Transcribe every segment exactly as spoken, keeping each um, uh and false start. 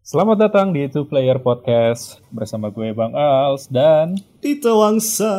Selamat datang di Two Player Podcast bersama gue Bang Als dan Tito Wangsa.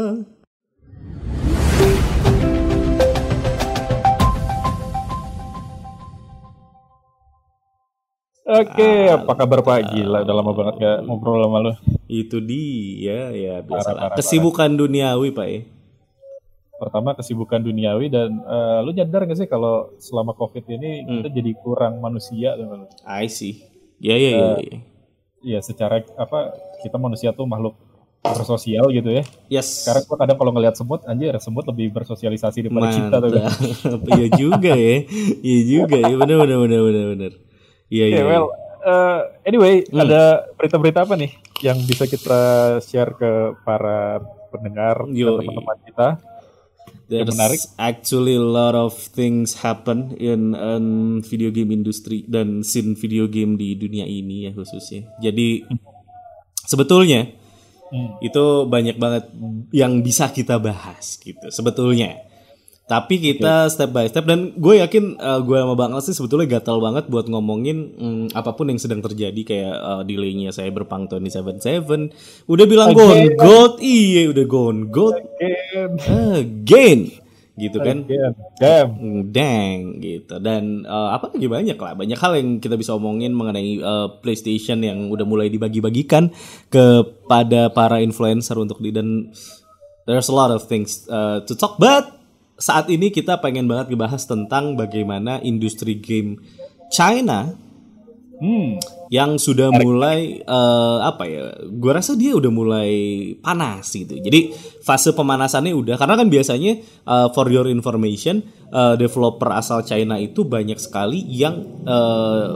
Oke, apa kabar Pak? Gila, udah lama banget gak ngobrol sama lu. Itu dia ya biasa. Parah, parah, Kesibukan duniawi Pak ya. Pertama kesibukan duniawi dan uh, lu nyadar gak sih kalau selama COVID ini Hmm. kita jadi kurang manusia kan? I see. Ya ya ya. ya. Ya secara apa kita manusia tuh makhluk bersosial gitu ya. Yes. Sekarang gua kadang kalau ngelihat semut, anjir semut lebih bersosialisasi daripada kita tuh. Kan? Mantap. Iya juga ya. Iya juga ya. Benar benar benar benar benar. Iya Oke, iya. well, uh, anyway, Hmm. ada berita-berita apa nih yang bisa kita share ke para pendengar dan Yoi. teman-teman kita? There's menarik. actually a lot of things happen in um, video game industry dan scene video game di dunia ini ya khususnya. Jadi sebetulnya Hmm. itu banyak banget yang bisa kita bahas gitu sebetulnya. Tapi kita step by step dan gue yakin uh, gue sama Bang Al sih sebetulnya gatal banget buat ngomongin mm, apapun yang sedang terjadi kayak uh, delaynya Cyberpunk dua ribu tujuh puluh tujuh. Udah bilang gone Again. gold, iya udah gone gold Again, again gitu kan. again, damn. Mm, Dang gitu. Dan uh, apa lagi banyak lah, banyak hal yang kita bisa omongin mengenai uh, PlayStation yang udah mulai dibagi-bagikan kepada para influencer untuk di dan there's a lot of things uh, to talk, but saat ini kita pengen banget ngebahas tentang bagaimana industri game China Hmm. yang sudah mulai uh, apa ya? Gue rasa dia udah mulai panas gitu. Jadi fase pemanasannya udah, karena kan biasanya uh, for your information, uh, developer asal China itu banyak sekali yang uh,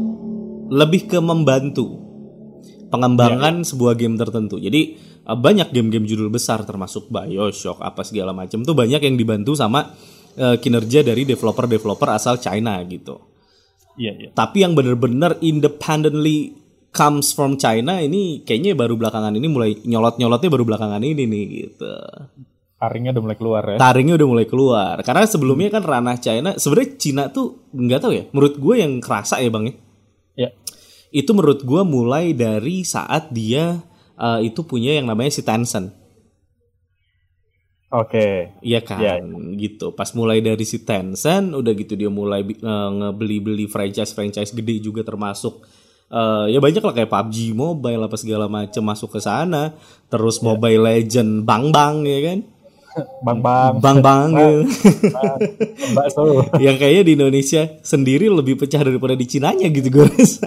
lebih ke membantu pengembangan sebuah game tertentu. Jadi uh, banyak game-game judul besar termasuk BioShock apa segala macam tuh banyak yang dibantu sama uh, kinerja dari developer-developer asal China gitu. Iya, iya. Tapi yang benar-benar independently comes from China ini kayaknya baru belakangan ini mulai nyolot-nyolotnya baru belakangan ini nih gitu. Taringnya udah mulai keluar ya. Taringnya udah mulai keluar. Karena sebelumnya kan ranah China, sebenarnya Cina tuh nggak tahu ya. Menurut gue yang kerasa ya Bang ya. Ya. Itu menurut gue mulai dari saat dia uh, itu punya yang namanya si Tencent. Oke. Iya kan, Ya. gitu. Pas mulai dari si Tencent, udah gitu dia mulai uh, ngebeli-beli franchise-franchise gede juga termasuk uh, ya banyak lah kayak P U B G Mobile apa segala macam masuk ke sana. Terus Mobile Legend Bang Bang ya kan, Bang bang. Bang Bang. gitu. Bakso. Yang kayaknya di Indonesia sendiri lebih pecah daripada di Cinanya gitu gue rasa.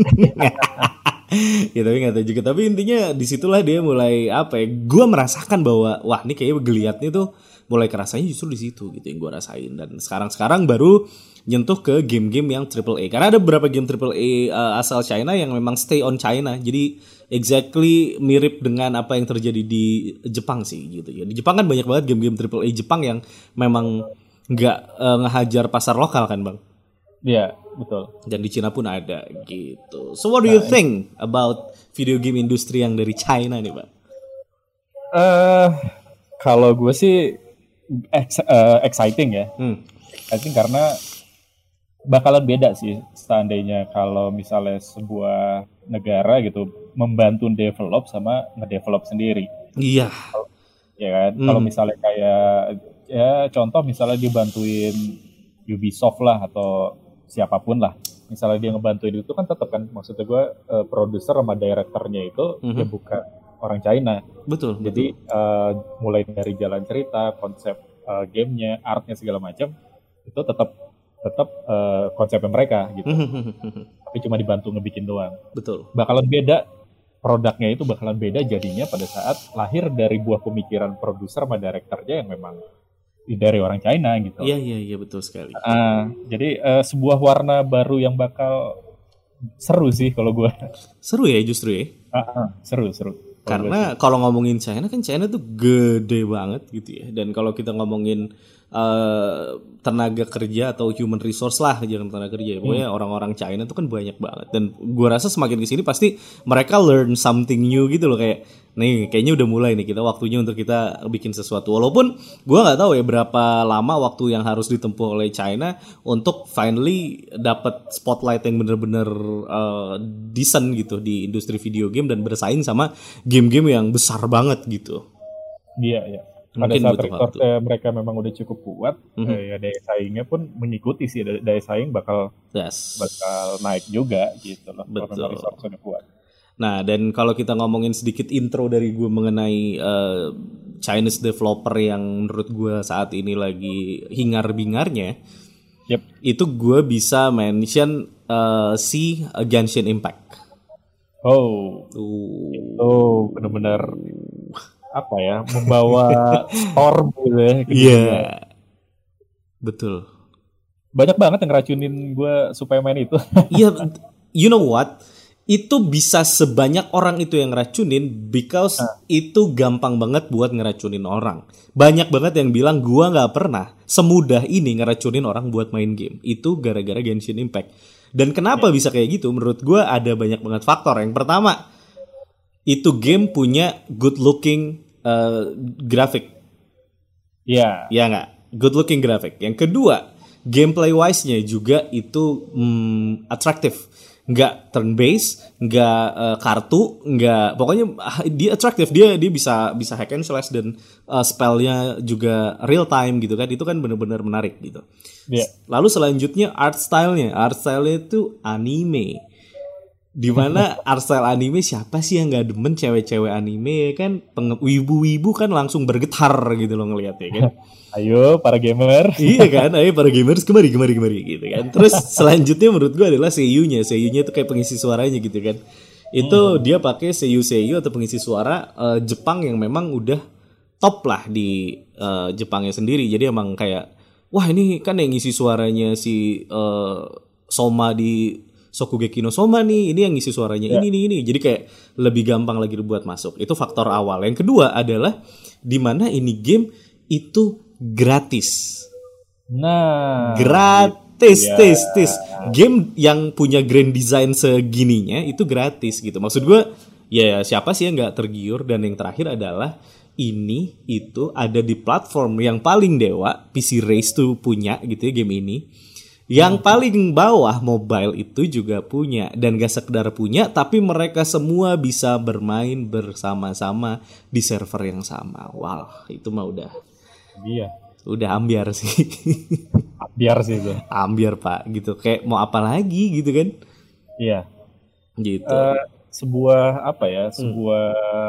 Ya tapi nggak tahu juga. Tapi intinya disitulah dia mulai apa ya? Gue merasakan bahwa wah ini kayaknya geliatnya tuh mulai kerasanya justru di situ gitu yang gue rasain. Dan sekarang-sekarang baru nyentuh ke game-game yang triple A. Karena ada beberapa game triple A uh, asal China yang memang stay on China. Jadi exactly mirip dengan apa yang terjadi di Jepang sih gitu ya. Di Jepang kan banyak banget game-game triple A Jepang yang memang nggak uh, ngehajar pasar lokal kan Bang. Iya, betul. Dan di Cina pun ada gitu. So what do you think about video game industri yang dari China nih, Pak? Eh, kalau gue sih ex- eh, exciting ya. Hmm. Exciting karena bakalan beda sih seandainya kalau misalnya sebuah negara gitu membantu develop sama ngedevelop sendiri. Iya. Ya kan? Hmm. Kalau misalnya kayak ya contoh misalnya dibantuin Ubisoft lah atau siapapun lah. Misalnya dia ngebantuin itu kan tetap kan maksudnya gue eh, produser sama direkturnya itu Mhm. ya bukan orang China. Betul. Jadi eh, mulai dari jalan cerita, konsep eh, gamenya, artnya segala macam itu tetap tetap eh, konsepnya mereka gitu. betul. Tapi cuma dibantu ngebikin doang. Betul. Bakalan beda produknya itu bakalan beda jadinya pada saat lahir dari buah pemikiran produser sama direkturnya yang memang dari orang China gitu. Iya, iya, iya betul sekali. Ah, jadi eh, sebuah warna baru yang bakal seru sih kalau gue. Seru ya justru ya. Ah, ah, seru seru. Kalau gua Karena kalau ngomongin China kan China tuh gede banget gitu ya. Dan kalau kita ngomongin uh, tenaga kerja atau human resource lah, jangan tenaga kerja. Pokoknya orang-orang China tuh kan banyak banget. Dan gua rasa semakin kesini pasti mereka learn something new gitu loh. Kayak nih kayaknya udah mulai nih kita waktunya untuk kita bikin sesuatu. Walaupun gue nggak tahu ya berapa lama waktu yang harus ditempuh oleh China untuk finally dapat spotlight yang bener-bener uh, decent gitu di industri video game dan bersaing sama game-game yang besar banget gitu. Iya, iya. Pada Mungkin saat butuh record waktu. eh, mereka memang udah cukup kuat, Mhm. eh, ya daya saingnya pun mengikuti sih, daya daya saing bakal Yes. bakal naik juga gitu loh. Kalau Betul. memang resource udah kuat. Nah, dan kalau kita ngomongin sedikit intro dari gue mengenai uh, Chinese developer yang menurut gue saat ini lagi hingar-bingarnya, Yep. itu gue bisa mention uh, si Genshin Impact. Oh, Uh, itu benar-benar apa ya, membawa storm gitu ya ke Iya, dunia. betul. Banyak banget yang ngeracunin gue supaya main itu. Iya, you know what? Itu bisa sebanyak orang itu yang ngeracunin because itu gampang banget buat ngeracunin orang. Banyak banget yang bilang gua nggak pernah semudah ini ngeracunin orang buat main game. Itu gara-gara Genshin Impact. Dan kenapa bisa kayak gitu? Menurut gua ada banyak banget faktor. Yang pertama, itu game punya good looking uh, grafik. Iya. Ya nggak? Good looking graphic. Yang kedua, gameplay wise-nya juga itu hmm, atraktif. Nggak turn based, nggak uh, kartu, nggak pokoknya ah, dia atraktif. Dia dia bisa bisa hack and slash dan uh, spellnya juga real time gitu kan. Itu kan benar-benar menarik gitu. Iya. Lalu selanjutnya art style-nya. Art style-nya itu anime. Dimana art style anime, siapa sih yang gak demen cewek-cewek anime ya kan, penge- wibu-wibu kan langsung bergetar gitu loh ngeliatnya kan. Ayo para gamer. Iya kan, ayo para gamers kemari kemari kemari gitu kan. Terus selanjutnya menurut gue adalah seiyunya, seiyunya itu kayak pengisi suaranya gitu kan. Itu dia pakai seiyu seiyu atau pengisi suara eh, Jepang yang memang udah top lah di eh, Jepangnya sendiri. Jadi emang kayak wah ini kan yang ngisi suaranya si eh, Soma di Shokugeki no Soma nih, ini yang ngisi suaranya ini nih ini. Jadi kayak lebih gampang lagi buat masuk. Itu faktor awal. Yang kedua adalah di mana ini game itu gratis. Nah, Gratis, gitu ya. tis, tis. Game yang punya grand design segininya itu gratis gitu. Maksud gue, ya siapa sih yang nggak tergiur? Dan yang terakhir adalah ini itu ada di platform yang paling dewa, P C Race tuh punya gitu ya game ini. Yang paling bawah mobile itu juga punya. Dan gak sekedar punya, tapi mereka semua bisa bermain bersama-sama di server yang sama. Wow, itu mah udah Iya. udah ambiar sih. Biar sih itu. Ambiar pak gitu. Kayak mau apa lagi gitu kan. Iya. Gitu. Eh, sebuah apa ya? Sebuah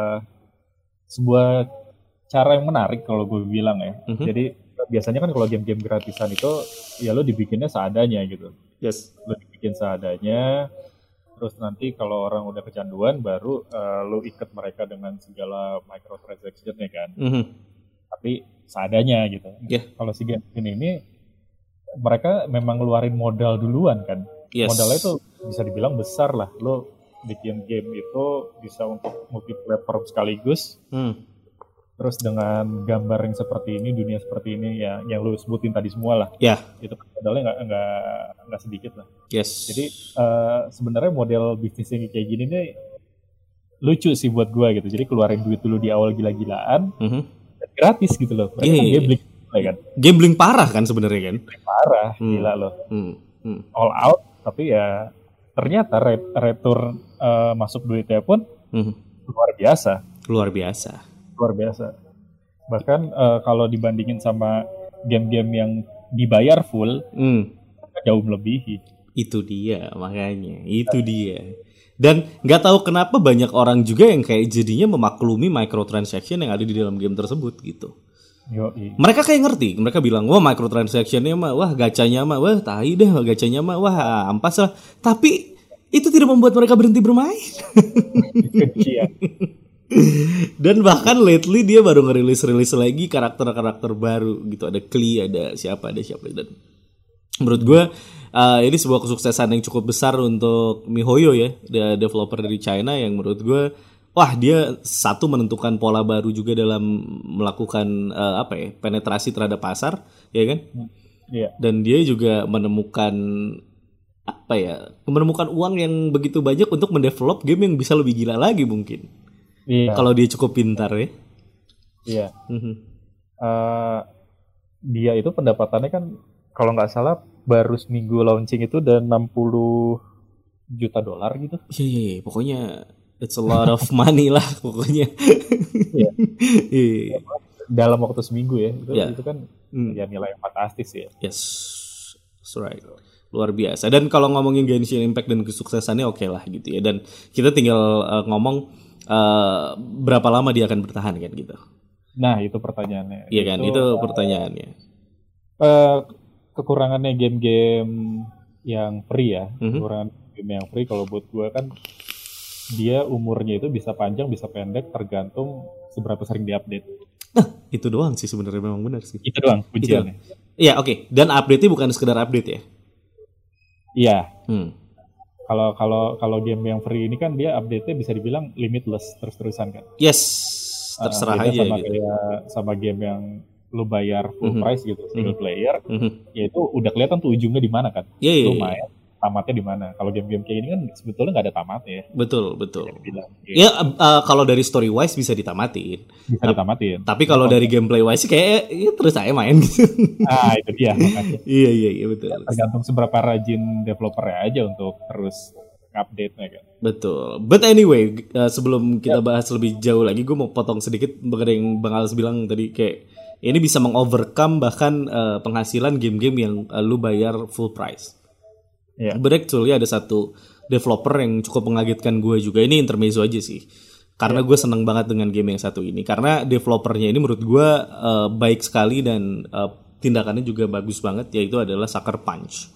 sebuah cara yang menarik kalau gue bilang ya. Mhm. Jadi biasanya kan kalau game-game gratisan itu ya lo dibikinnya seadanya gitu. Yes. Lo dibikin seadanya. Terus nanti kalau orang udah kecanduan baru eh, lo ikat mereka dengan segala microtransaction-nya kan. Mhm. Tapi seadanya gitu. Yeah. Kalau si game ini mereka memang ngeluarin modal duluan kan. Yes. Modalnya itu bisa dibilang besar lah. Lo bikin game itu bisa untuk multi platform sekaligus. Hmm. Terus dengan gambar yang seperti ini, dunia seperti ini ya, yang lo sebutin tadi semua lah. Ya. Itu modalnya nggak nggak nggak sedikit lah. Yes. Jadi eh, sebenarnya model bisnis yang kayak gini nih lucu sih buat gue gitu. Jadi keluarin duit dulu di awal gila-gilaan, Mhm. dan gratis gitu loh. Mereka Iya, kan iya. gambling, ya kan? Gambling parah kan sebenarnya kan. Parah, Hmm. gila loh. Hmm. Hmm. All out, tapi ya ternyata re- return eh, masuk duitnya pun Mhm. luar biasa, Luar biasa. luar biasa. Bahkan eh, kalau dibandingin sama game-game yang dibayar full, Hmm. jauh melebihi. Itu dia makanya, itu dia. Dan nggak tahu kenapa banyak orang juga yang kayak jadinya memaklumi microtransaction yang ada di dalam game tersebut gitu. Yoi. Mereka kayak ngerti, mereka bilang wah microtransactionnya mah, wah gacanya mah, wah tai deh gacanya mah, wah ampas lah. Tapi itu tidak membuat mereka berhenti bermain. Iya. Dan bahkan lately dia baru ngerilis-rilis lagi karakter-karakter baru gitu. Ada Klee, ada siapa, ada siapa. Dan menurut gue uh, ini sebuah kesuksesan yang cukup besar untuk MiHoYo ya, the developer dari China yang menurut gue wah dia satu menentukan pola baru juga dalam melakukan uh, apa ya penetrasi terhadap pasar ya kan. Iya. Dan dia juga menemukan apa ya menemukan uang yang begitu banyak untuk mendevelop game yang bisa lebih gila lagi mungkin. Iya. Kalau dia cukup pintar ya. Iya. Mhm. Uh, dia itu pendapatannya kan kalau nggak salah baru seminggu launching itu udah enam puluh juta dolar gitu. Iya, iya, iya, pokoknya it's a lot of money lah pokoknya. Iya. Iya. Dalam waktu seminggu ya. Itu, Yeah. itu kan Hmm. ya nilai yang fantastis ya. Yes, that's right. Luar biasa. Dan kalau ngomongin Genshin Impact dan kesuksesannya oke lah gitu ya. Dan kita tinggal uh, ngomong uh, berapa lama dia akan bertahan kan gitu. Nah itu pertanyaannya. Iya kan, itu uh, pertanyaannya. Uh, kekurangannya game-game yang free ya. Mhm. Kekurangan game yang free kalau buat gue kan dia umurnya itu bisa panjang bisa pendek tergantung seberapa sering diupdate. Nah, itu doang sih sebenarnya, memang benar sih. Itu doang kunciannya. Iya, oke. Okay. Dan update-nya bukan sekedar update ya. Iya. Hmm. Kalau kalau kalau game yang free ini kan dia update-nya bisa dibilang limitless terus-terusan kan. Yes, terserah uh, aja sama gitu. Kayak sama game yang lu bayar full Mhm. price gitu single Mhm. player, Mhm. ya itu udah kelihatan tuh ujungnya di mana kan. Iya, iya, Lu iya. main tamatnya di mana. Kalau game-game kayak ini kan sebetulnya nggak ada tamatnya ya. Betul, betul. Bilang, gitu. Ya, uh, kalau dari story wise bisa ditamatin. Bisa ditamatin. Tapi kalau dari gameplay wise sih kayak ya, terus saya main gitu. Ah, itu dia makanya. Iya, iya, iya, betul. Tergantung seberapa rajin developernya aja untuk terus update-nya kan. Betul. But anyway, uh, sebelum kita bahas lebih jauh lagi, gue mau potong sedikit mengenai yang Bang Alex bilang tadi kayak ini bisa mengovercome bahkan uh, penghasilan game-game yang uh, lu bayar full price. Yeah. But actually ada satu developer yang cukup mengagetkan gue juga. Ini intermezzo aja sih. Karena yeah. gue seneng banget dengan game yang satu ini. Karena developernya ini menurut gue uh, baik sekali dan uh, tindakannya juga bagus banget. Yaitu adalah Sucker Punch.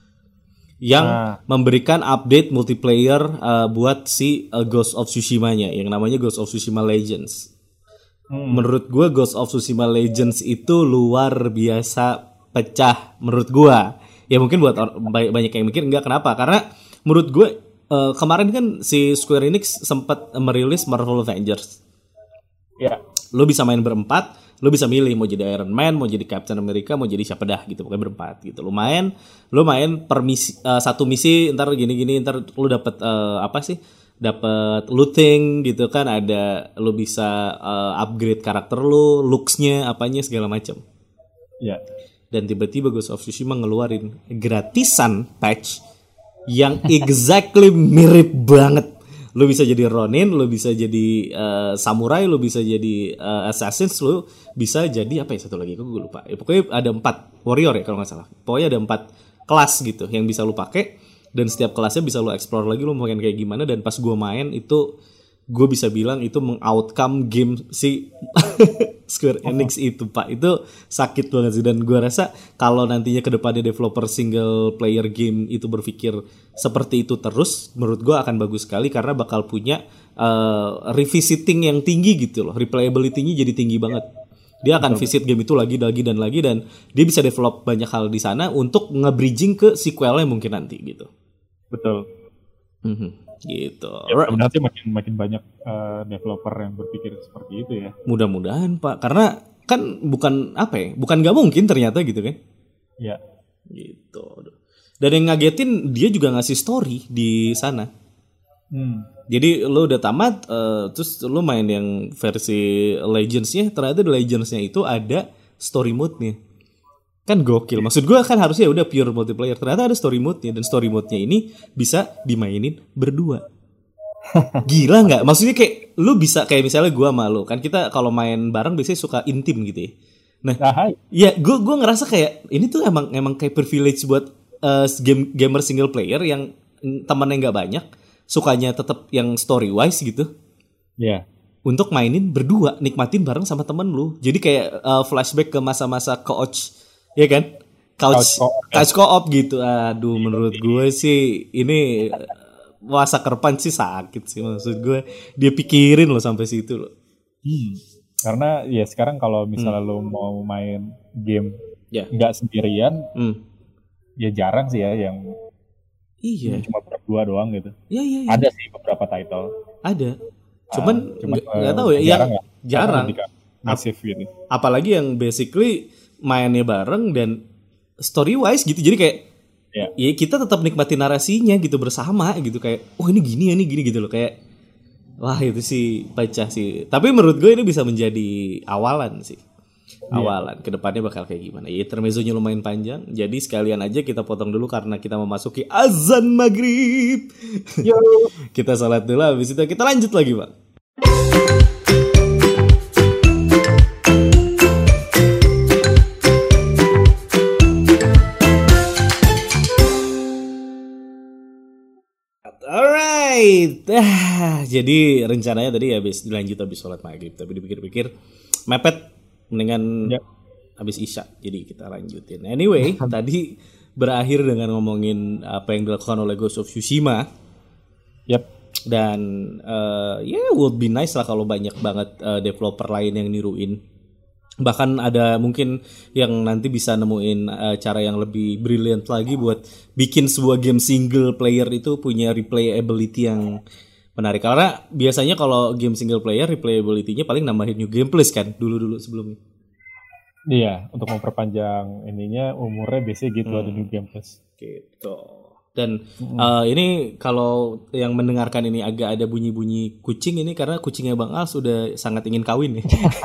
Yang ah. memberikan update multiplayer uh, buat si uh, Ghost of Tsushima-nya. Yang namanya Ghost of Tsushima Legends. Hmm. Menurut gue Ghost of Tsushima Legends itu luar biasa pecah menurut gue. Ya mungkin buat or- banyak yang mikir enggak, kenapa? Karena menurut gue uh, kemarin kan si Square Enix sempat merilis Marvel Avengers. Ya. Yeah. Lo bisa main berempat, lo bisa milih mau jadi Iron Man, mau jadi Captain America, mau jadi siapa dah gitu, pokoknya berempat gitu. Lo main, lo main per misi, uh, satu misi, ntar gini-gini, ntar lo dapet uh, apa sih? Dapat looting gitu kan, ada lo bisa uh, upgrade karakter lo, looks-nya, apanya segala macam. Ya. Yeah. Dan tiba-tiba Ghost of Tsushima ngeluarin gratisan patch yang exactly mirip banget. Lo bisa jadi Ronin, lo bisa jadi uh, samurai, lo bisa jadi uh, assassin, lo bisa jadi apa ya satu lagi, gue lupa. Ya, pokoknya ada empat warrior ya kalau nggak salah. Pokoknya ada empat kelas gitu yang bisa lo pakai. Dan setiap kelasnya bisa lo explore lagi, lo mau main kayak gimana. Dan pas gue main itu, gue bisa bilang itu meng-outcome game si Square Enix itu pak. Itu sakit banget sih. Dan gue rasa kalau nantinya ke depannya developer single player game itu berpikir seperti itu terus, menurut gue akan bagus sekali. Karena bakal punya uh, revisiting yang tinggi gitu loh. Replayability-nya jadi tinggi banget. Dia akan visit game itu lagi, lagi, dan lagi. Dan dia bisa develop banyak hal di sana untuk nge-bridging ke sequelnya mungkin nanti gitu. Betul. Mm-hmm. Gitu. Ya, mudah-mudahan sih makin makin banyak uh, developer yang berpikir seperti itu ya. Mudah-mudahan Pak, karena kan bukan apa ya, bukan nggak mungkin ternyata gitu kan? Ya. Gitu. Dan yang ngagetin dia juga ngasih story di sana. Hmm. Jadi lo udah tamat, uh, terus lo main yang versi Legends-nya, ternyata di Legends-nya itu ada story mode-nya. Kan gokil. Maksud gue kan harusnya udah pure multiplayer. Ternyata ada story mode-nya. Dan story mode-nya ini bisa dimainin berdua. Gila gak? Maksudnya kayak lu bisa kayak misalnya gue sama lu. Kan kita kalau main bareng biasanya suka intim gitu ya. Nah, ya gue gue ngerasa kayak ini tuh emang emang kayak privilege buat uh, game gamer single player yang temennya gak banyak. Sukanya tetap yang story wise gitu. Iya. Yeah. Untuk mainin berdua. Nikmatin bareng sama temen lu. Jadi kayak uh, flashback ke masa-masa couch. Ya kan? Couch, couch co-op gitu. Aduh, menurut gue sih ini wah Sucker Punch sih sakit sih. Maksud gue dia pikirin loh sampai situ loh. Hmm. Karena ya sekarang kalau misalnya hmm. lo mau main game yeah. nggak sendirian, hmm. ya jarang sih ya yang iya. cuma berdua doang gitu. Iya, iya, iya. Ada sih beberapa title. Ada. Cuman nggak uh, tahu ya. Jarang yang jarang. Masif gitu. Apalagi yang basically mainnya bareng dan story wise gitu, jadi kayak yeah. ya kita tetap nikmati narasinya gitu bersama gitu, kayak oh ini gini ya ini gini gitu loh, kayak Wah itu sih pecah sih. Tapi menurut gue ini bisa menjadi awalan sih. Awalan kedepannya bakal kayak gimana. Ya intermezzonya lumayan panjang. Jadi sekalian aja kita potong dulu karena kita memasuki azan maghrib. Yo. Kita salat dulu, habis itu kita lanjut lagi Pak. Alright, ah, jadi rencananya tadi habis dilanjut habis sholat maghrib, tapi dipikir-pikir mepet, mendingan Ya. habis isya, jadi kita lanjutin. Anyway, tadi berakhir dengan ngomongin apa yang dilakukan oleh Ghost of Tsushima, Yap. dan uh, ya yeah, would be nice lah kalau banyak banget uh, developer lain yang niruin. Bahkan ada mungkin yang nanti bisa nemuin uh, cara yang lebih brilliant lagi buat bikin sebuah game single player itu punya replayability yang menarik. Karena biasanya kalau game single player replayability-nya paling nambahin new gameplays kan dulu-dulu sebelumnya. Iya, untuk memperpanjang ininya umurnya biasanya gitu, hmm. ada new game plus. Gitu. Dan hmm. uh, ini kalau yang mendengarkan ini agak ada bunyi-bunyi kucing ini karena kucingnya Bang Al sudah sangat ingin kawin ya.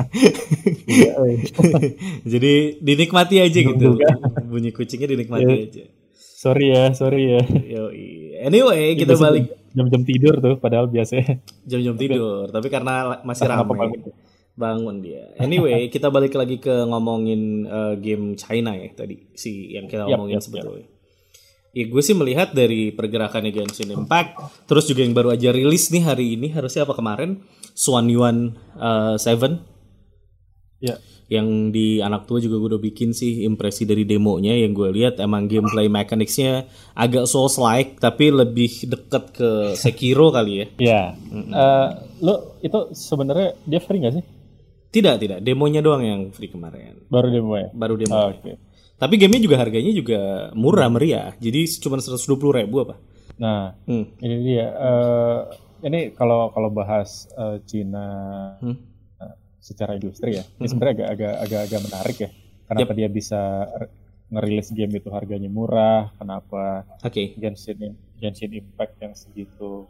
Jadi dinikmati aja gitu. Bunyi kucingnya dinikmati yeah. aja. Sorry ya, sorry ya. Yoi. Anyway, kita balik jam-jam tidur tuh padahal biasanya. Jam-jam tidur, tapi karena masih ramai. Bangun dia. Anyway, kita balik lagi ke ngomongin uh, game China ya tadi si yang kita ngomongin yep, yep, sebetulnya. Yep. Ya gue sih melihat dari pergerakannya Genshin Impact, terus juga yang baru aja rilis nih hari ini, harusnya apa kemarin, Swan Yuan uh, Seven. Ya. Yang di anak tua juga gue udah bikin sih impresi dari demonya, yang gue lihat emang gameplay mechanics-nya agak Souls-like tapi lebih deket ke Sekiro kali ya. Iya. Mm-hmm. Uh, lo itu sebenarnya dia free nggak sih? Tidak, tidak. Demonya doang yang free kemarin. Baru demo ya? Baru demo. Oh, oke. Okay. Tapi gamenya juga harganya juga murah meriah. Jadi cuma seratus dua puluh ribu apa? Nah, hmm. ini dia. Uh, ini kalau kalau bahas uh, Cina hmm. uh, secara industri ya, hmm. ini sebenarnya agak agak agak agak menarik ya. Kenapa yep. dia bisa ngerilis game itu harganya murah? Kenapa? Oke. Okay. Genshin Genshin Impact yang segitu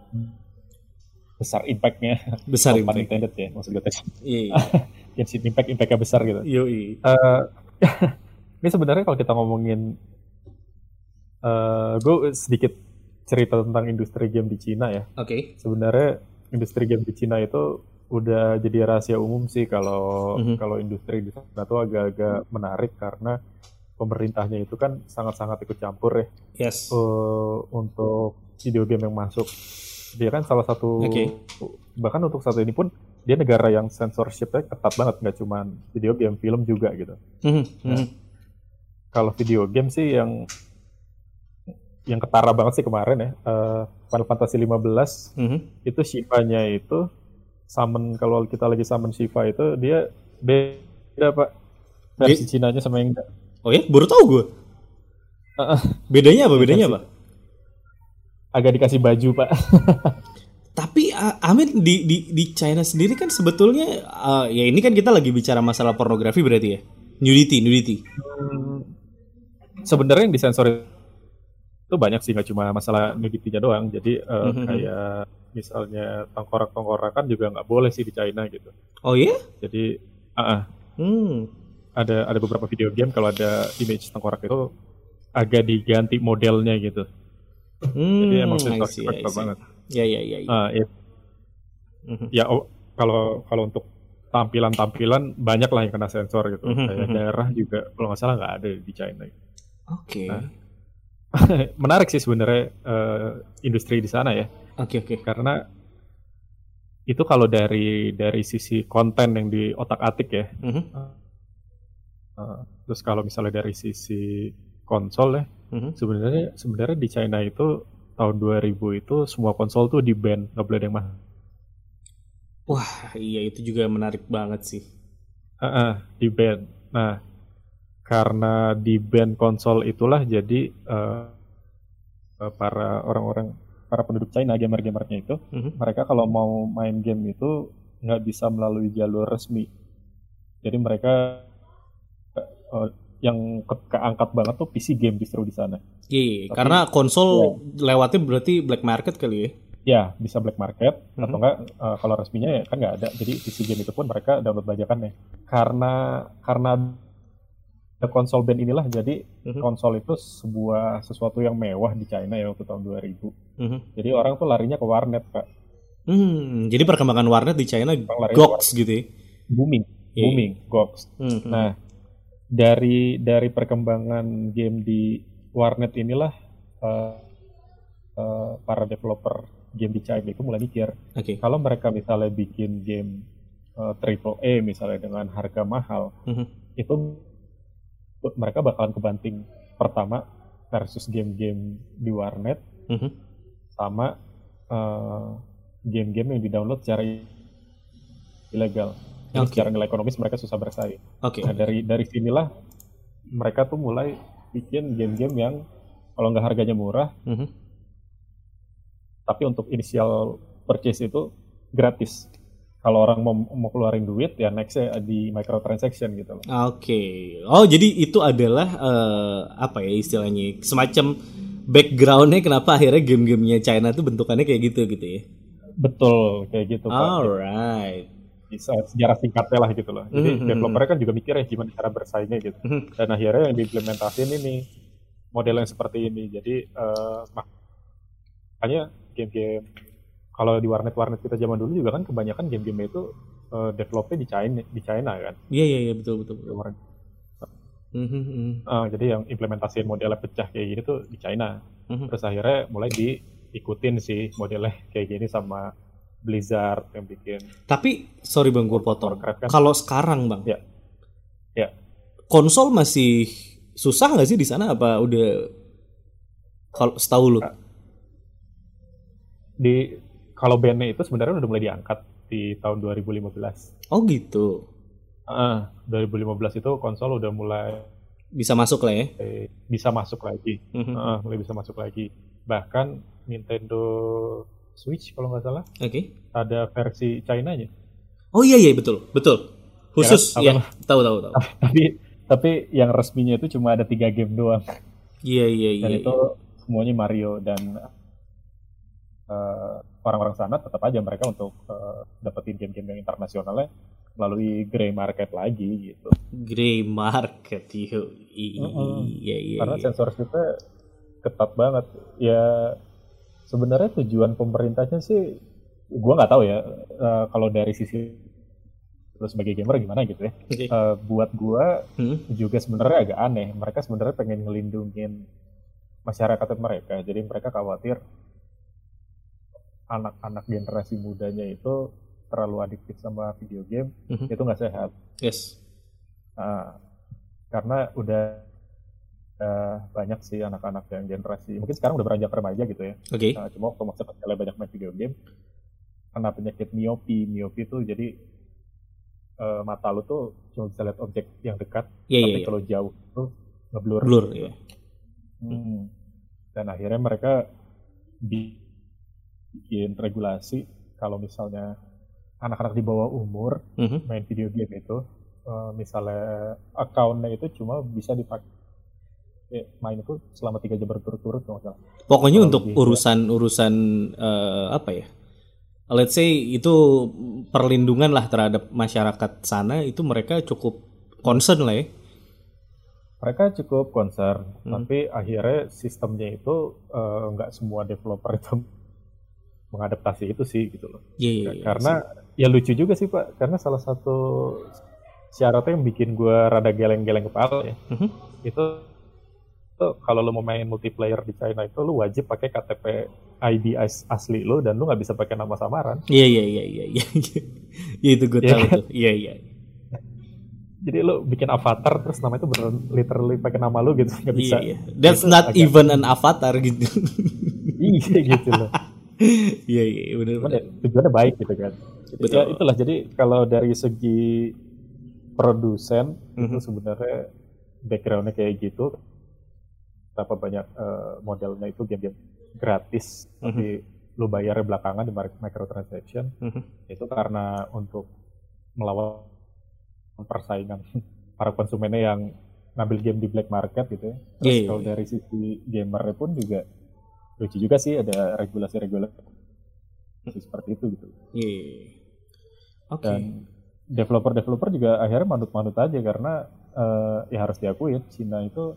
besar impactnya. Besar impact. Intended ya, maksud gue tadi. Iya. Genshin Impact impactnya besar gitu. Yoi. Uh, Ini sebenarnya kalau kita ngomongin, uh, gue sedikit cerita tentang industri game di Cina ya. Oke. Okay. Sebenarnya industri game di Cina itu udah jadi rahasia umum sih kalau mm-hmm. kalau industri di sana tuh agak-agak menarik karena pemerintahnya itu kan sangat-sangat ikut campur ya. Yes. Uh, untuk video game yang masuk, dia kan salah satu. Okay. Bahkan untuk satu ini pun dia negara yang censorship-nya ketat banget, nggak cuma video game, film juga gitu. Mm-hmm. Nah, kalau video game sih yang yang ketara banget sih kemarin ya, uh, Final Fantasy lima belas mm-hmm. itu Shiva-nya itu summon, kalau kita lagi summon Shiva itu dia beda Pak versi Be- Cinanya sama yang. Oh ya, baru tahu gue. Uh-uh. Bedanya apa? Bedanya apa? Agak dikasih baju Pak. Tapi uh, Amin di di di China sendiri kan sebetulnya uh, ya ini kan kita lagi bicara masalah pornografi berarti ya, nudity nudity. Hmm. Sebenarnya yang disensor itu banyak sih, nggak cuma masalah nudity-nya doang. Jadi uh, mm-hmm. kayak misalnya tengkorak-tengkorakan juga nggak boleh sih di China gitu. Oh iya? Jadi uh-uh. hmm. ada ada beberapa video game kalau ada image tengkorak itu agak diganti modelnya gitu. Hmm, Jadi emang sensor banget. Ya ya ya. ya. Uh, ya mm-hmm. ya oh, kalau kalau untuk tampilan-tampilan banyak lah yang kena sensor gitu. Mm-hmm. Kayak daerah juga kalau nggak salah nggak ada di China. Oke. Okay. Nah, menarik sih sebenarnya uh, industri di sana ya. Oke okay, oke. Okay. Karena itu kalau dari dari sisi konten yang di otak-atik ya. Mm-hmm. Uh, terus kalau misalnya dari sisi konsol ya, mm-hmm. sebenarnya sebenarnya di China itu tahun dua ribu itu semua konsol tuh di ban, nggak boleh ada yang mahal. Wah iya itu juga menarik banget sih. Uh-uh, di ban. Nah. Karena di ban konsol itulah jadi uh, para orang-orang, para penduduk China, gamer-gamernya itu, mm-hmm. mereka kalau mau main game itu nggak bisa melalui jalur resmi. Jadi mereka uh, yang ke- keangkat banget tuh P C game distro di sana. Iya, karena konsol ya. Lewatnya berarti black market kali ya? Ya, bisa black market Mhm. atau enggak uh, kalau resminya ya kan nggak ada. Jadi P C game itu pun mereka download bajakannya. Karena karena ada konsol band inilah, jadi Mhm. konsol itu sebuah sesuatu yang mewah di China ya waktu tahun dua ribu. Mhm. Jadi orang tuh larinya ke warnet, Kak. Hmm, jadi perkembangan warnet di China Orang larinya ke goks warnet. gitu ya. Booming, Iya, iya. booming, goks. Mhm. Nah, dari dari perkembangan game di warnet inilah uh, uh, para developer game di China itu mulai mikir, Oke. kalau mereka misalnya bikin game uh, triple A misalnya dengan harga mahal, Mhm. itu mereka bakalan kebanting pertama versus game-game di warnet Mhm. sama uh, game-game yang di-download secara ilegal. Jadi Oke. secara nilai ekonomis mereka susah bersaing. Oke. Nah dari dari sinilah mereka tuh mulai bikin game-game yang kalau nggak harganya murah, Mhm. tapi untuk initial purchase itu gratis. Kalau orang mau, mau keluarin duit ya nextnya di microtransaction gitu loh. Oke. Oh, jadi itu adalah eh, apa ya istilahnya semacam backgroundnya kenapa akhirnya game-gamenya China tuh bentukannya kayak gitu gitu ya. Betul kayak gitu Pak. Alright. Bisa sejarah singkatnya lah gitu loh. Jadi Mhm. developernya kan juga mikir ya gimana cara bersaingnya gitu. Mhm. Dan akhirnya yang diimplementasiin ini model yang seperti ini. Jadi eh, makanya game-game kalau di warnet-warnet kita zaman dulu juga kan kebanyakan game-game itu uh, developnya di China, di China kan. Iya iya iya betul betul. betul. Kemarin. Mhm. Uh, jadi yang implementasiin modelnya pecah kayak gini tuh di China. Mhm. Terus akhirnya mulai diikutin sih modelnya kayak gini sama Blizzard yang bikin. Tapi sorry bang gue potong. Warcraft kan. Kalau sekarang bang, Ya, ya. konsol masih susah nggak sih di sana apa udah kalau setahu lu? Di kalau bandnya itu sebenarnya udah mulai diangkat di tahun dua ribu lima belas. Oh gitu. Uh, dua ribu lima belas itu konsol udah mulai Bisa masuk lah ya. eh, bisa masuk lagi, Mhm. uh, mulai bisa masuk lagi. Bahkan Nintendo Switch kalau nggak salah Oke. ada versi China-nya. Oh iya iya betul betul. Khusus Ya ya. kan? Tahu tahu tahu. tapi tapi yang resminya itu cuma ada tiga game doang. Iya iya iya. Dan iya. itu semuanya Mario dan uh, orang-orang sana tetap aja mereka untuk uh, dapetin game-game yang internasionalnya melalui grey market lagi gitu. Grey market yo. Iya Mm-mm. iya iya. Karena censorship-nya ketat banget. Ya sebenarnya tujuan pemerintahnya sih gua nggak tahu ya uh, kalau dari sisi lu sebagai gamer gimana gitu ya. Oke. Uh, buat gua Hmm. juga sebenarnya agak aneh. Mereka sebenarnya pengen ngelindungin masyarakat mereka. Jadi mereka khawatir anak-anak generasi mudanya itu terlalu adiktif sama video game, Mhm. itu nggak sehat. Yes. Nah, karena udah uh, banyak sih anak-anak yang generasi mungkin sekarang udah beranjak remaja gitu ya. Oke. Uh, cuma waktu masih kecil banyak main video game, kena penyakit miopi. Miopi tuh jadi uh, mata lu tuh cuma bisa lihat objek yang dekat, Iya tapi iya. iya. kalau jauh tuh ngeblur. Blur gitu. ya. Hmm. Dan akhirnya mereka bikin regulasi kalau misalnya anak-anak di bawah umur Mhm. main video game itu, uh, misalnya account-nya itu cuma bisa dipakai eh, main itu selama tiga jam berturut-turut kalau nggak salah. Pokoknya Kurang untuk lebih, ya. urusan-urusan eh, apa ya? Let's say itu perlindungan lah terhadap masyarakat sana itu mereka cukup concern lah ya. Mereka cukup concern, Hmm. tapi akhirnya sistemnya itu uh, nggak semua developer itu mengadaptasi itu sih gitu loh. Iya iya. iya. Karena ya lucu juga sih Pak, karena salah satu syaratnya yang bikin gue rada geleng-geleng kepala ya, Mhm. itu tuh kalau lo mau main multiplayer di China itu lo wajib pakai K T P I D as- asli lo dan lo nggak bisa pakai nama samaran. Iya iya iya iya iya. Iya itu gue Iya tahu kan? tuh. Iya iya. Jadi lo bikin avatar terus nama itu beneran literally pakai nama lo gitu, nggak bisa. Iya iya. That's Itu not agak- even an avatar gitu. Iya gitu loh. Iya iya benar Cuman benar. ya, tujuannya baik gitu kan. Jadi Betul. ya itulah, jadi kalau dari segi produsen itu Mhm. sebenarnya backgroundnya kayak gitu. Berapa banyak uh, modelnya itu game-game gratis, tapi lu bayarnya belakangan di microtransaction. Mhm. Itu karena untuk melawan persaingan para konsumennya yang ngambil game di black market gitu ya. Terus Iya, iya, kalau iya. dari sisi gamer pun juga lucu juga sih, ada regulasi-regulasi seperti itu gitu. Iya. Yeah. Oke. Okay. Dan developer-developer juga akhirnya manut-manut aja karena uh, ya harus diakui Cina itu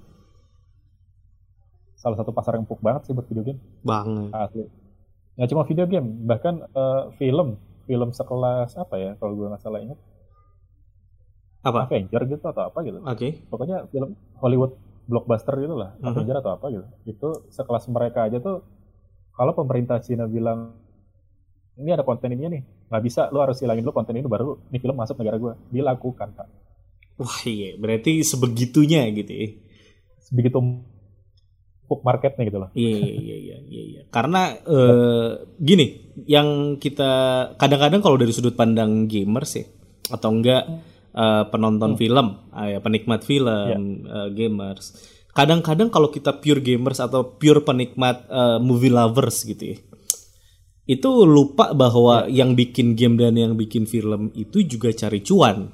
salah satu pasar yang empuk banget sih buat video game. Banget. Asli. Nggak cuma video game, bahkan uh, film, film sekelas apa ya kalau gue nggak salah ingat. Apa? Avenger gitu atau apa gitu. Oke. Okay. Pokoknya film Hollywood blockbuster gitu lah, uh-huh. Avenger atau apa gitu. Itu sekelas mereka aja tuh kalau pemerintah Cina bilang ini ada konten ini nih, nggak bisa, lu harus hilangin dulu konten ini baru nih film masuk negara gue. Dilakukan, Pak. Wah iya, berarti sebegitunya gitu ya. Sebegitu empuk marketnya gitu loh. Iya iya iya iya iya. Karena uh, gini, yang kita kadang-kadang kalau dari sudut pandang gamers ya atau enggak uh, penonton hmm. film, uh, ya penikmat film, yeah. uh, gamers. Kadang-kadang kalau kita pure gamers atau pure penikmat uh, movie lovers gitu ya. Itu lupa bahwa yeah. yang bikin game dan yang bikin film itu juga cari cuan.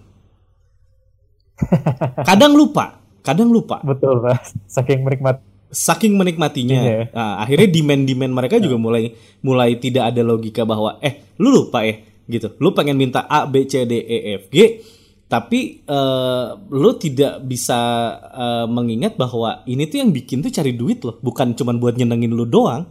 Kadang lupa, kadang lupa. Betul, Pak. Saking menikmat saking menikmatinya. Yeah. Nah, akhirnya demand-demand mereka juga mulai mulai tidak ada logika bahwa eh lu lupa ya gitu. Lu pengen minta A B C D E F G tapi uh, lu tidak bisa uh, mengingat bahwa ini tuh yang bikin tuh cari duit loh, bukan cuma buat nyenengin lu doang.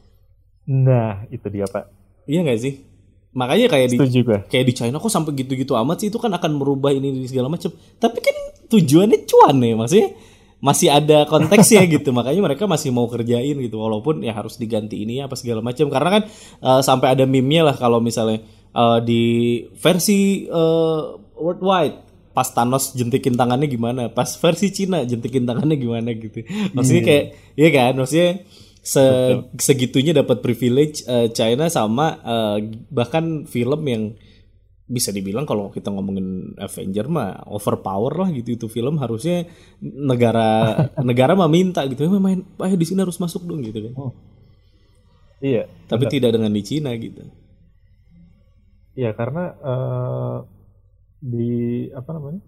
Nah, itu dia, Pak. Iya nggak sih? Makanya kayak di gue. kayak di China kok sampai gitu-gitu amat sih, itu kan akan merubah ini segala macam. Tapi kan tujuannya cuan nih, maksudnya masih ada konteksnya gitu. Makanya mereka masih mau kerjain gitu, walaupun ya harus diganti ini apa segala macam. Karena kan uh, sampai ada meme-nya lah kalau misalnya uh, di versi uh, worldwide pas Thanos jentikin tangannya gimana, pas versi Cina jentikin tangannya gimana gitu. Maksudnya kayak iya kan, maksudnya Se- segitunya dapat privilege uh, China sama uh, bahkan film yang bisa dibilang kalau kita ngomongin Avenger mah overpower lah gitu, itu film harusnya negara negara mah minta gitu, ya main ayo di sini harus masuk dong gitu kan. Oh. Iya. Tapi benar. Tidak dengan di Cina gitu. Iya karena uh, di apa namanya